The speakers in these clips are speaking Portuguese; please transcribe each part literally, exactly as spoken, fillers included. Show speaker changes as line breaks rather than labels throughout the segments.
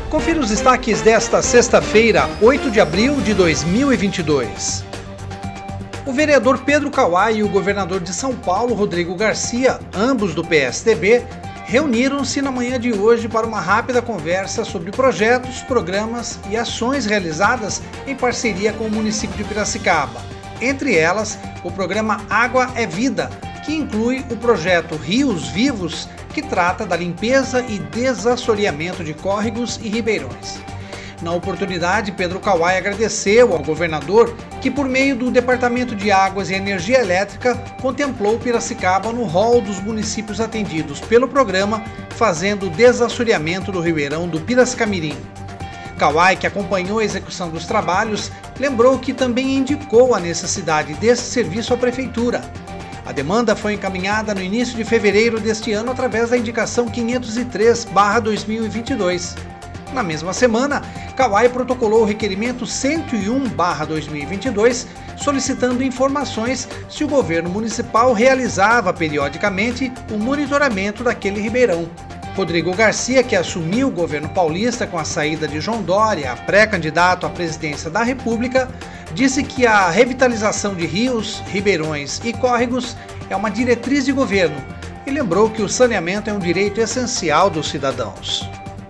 Confira os destaques desta sexta-feira, oito de abril de dois mil e vinte e dois. O vereador Pedro Kawai e o governador de São Paulo, Rodrigo Garcia, ambos do P S D B, reuniram-se na manhã de hoje para uma rápida conversa sobre projetos, programas e ações realizadas em parceria com o município de Piracicaba. Entre elas, o programa Água é Vida, que inclui o projeto Rios Vivos, que trata da limpeza e desassoreamento de córregos e ribeirões. Na oportunidade, Pedro Kawai agradeceu ao governador que, por meio do Departamento de Águas e Energia Elétrica, contemplou Piracicaba no rol dos municípios atendidos pelo programa, fazendo o desassoreamento do ribeirão do Piracicamirim. Kawai, que acompanhou a execução dos trabalhos, lembrou que também indicou a necessidade desse serviço à Prefeitura. A demanda foi encaminhada no início de fevereiro deste ano através da indicação quinhentos e três barra dois mil e vinte e dois. Na mesma semana, Kawai protocolou o requerimento cento e um barra dois mil e vinte e dois, solicitando informações se o governo municipal realizava periodicamente o monitoramento daquele ribeirão. Rodrigo Garcia, que assumiu o governo paulista com a saída de João Dória, pré-candidato à presidência da República, disse que a revitalização de rios, ribeirões e córregos é uma diretriz de governo e lembrou que o saneamento é um direito essencial dos cidadãos.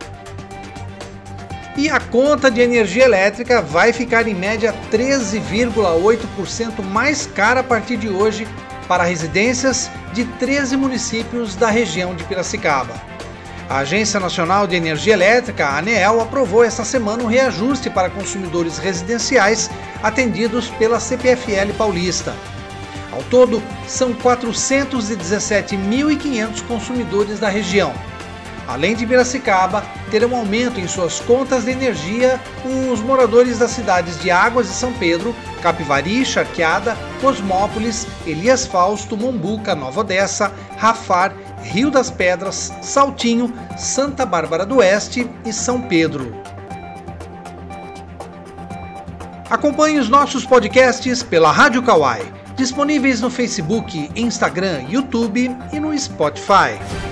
E a conta de energia elétrica vai ficar em média treze vírgula oito por cento mais cara a partir de hoje para residências de treze municípios da região de Piracicaba. A Agência Nacional de Energia Elétrica, a ANEEL, aprovou esta semana um reajuste para consumidores residenciais atendidos pela C P F L Paulista. Ao todo, são quatrocentos e dezessete mil e quinhentos consumidores da região. Além de Piracicaba, terão aumento em suas contas de energia os moradores das cidades de Águas de São Pedro, Capivari, Charqueada, Cosmópolis, Elias Fausto, Mombuca, Nova Odessa, Rafar, Rio das Pedras, Saltinho, Santa Bárbara do Oeste e São Pedro. Acompanhe os nossos podcasts pela Rádio Kawai, disponíveis no Facebook, Instagram, YouTube e no Spotify.